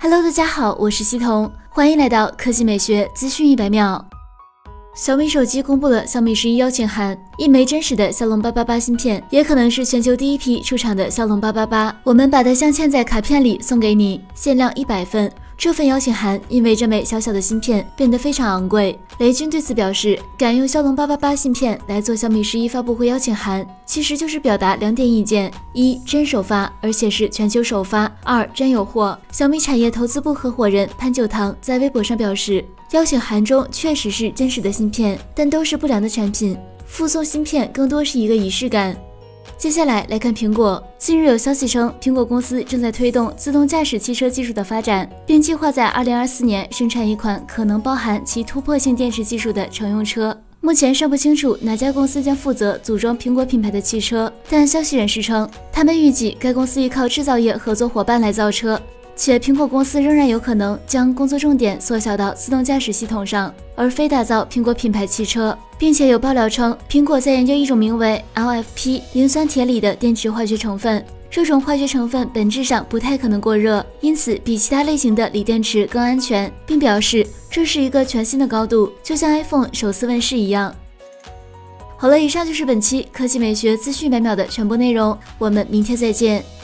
Hello， 大家好，我是西彤，欢迎来到科技美学资讯100秒。小米手机公布了小米11邀请函，一枚真实的骁龙888芯片，也可能是全球第一批出厂的骁龙888。我们把它镶嵌在卡片里送给你，限量100份。这份邀请函因为这枚小小的芯片变得非常昂贵。雷军对此表示，敢用骁龙888芯片来做小米11发布会邀请函，其实就是表达2点意见：一，真首发，而且是全球首发；二，真有货。小米产业投资部合伙人潘九堂在微博上表示，邀请函中确实是真实的芯片，但都是不良的产品，附送芯片更多是一个仪式感。接下来看苹果。近日有消息称，苹果公司正在推动自动驾驶汽车技术的发展，并计划在2024年生产一款可能包含其突破性电池技术的乘用车。目前尚不清楚哪家公司将负责组装苹果品牌的汽车，但消息人士称，他们预计该公司依靠制造业合作伙伴来造车，且苹果公司仍然有可能将工作重点缩小到自动驾驶系统上，而非打造苹果品牌汽车。并且有爆料称，苹果在研究一种名为 LFP 磷酸铁锂的电池化学成分，这种化学成分本质上不太可能过热，因此比其他类型的锂电池更安全，并表示这是一个全新的高度，就像 iPhone 首次问世一样。好了，以上就是本期科技美学资讯100秒的全部内容，我们明天再见。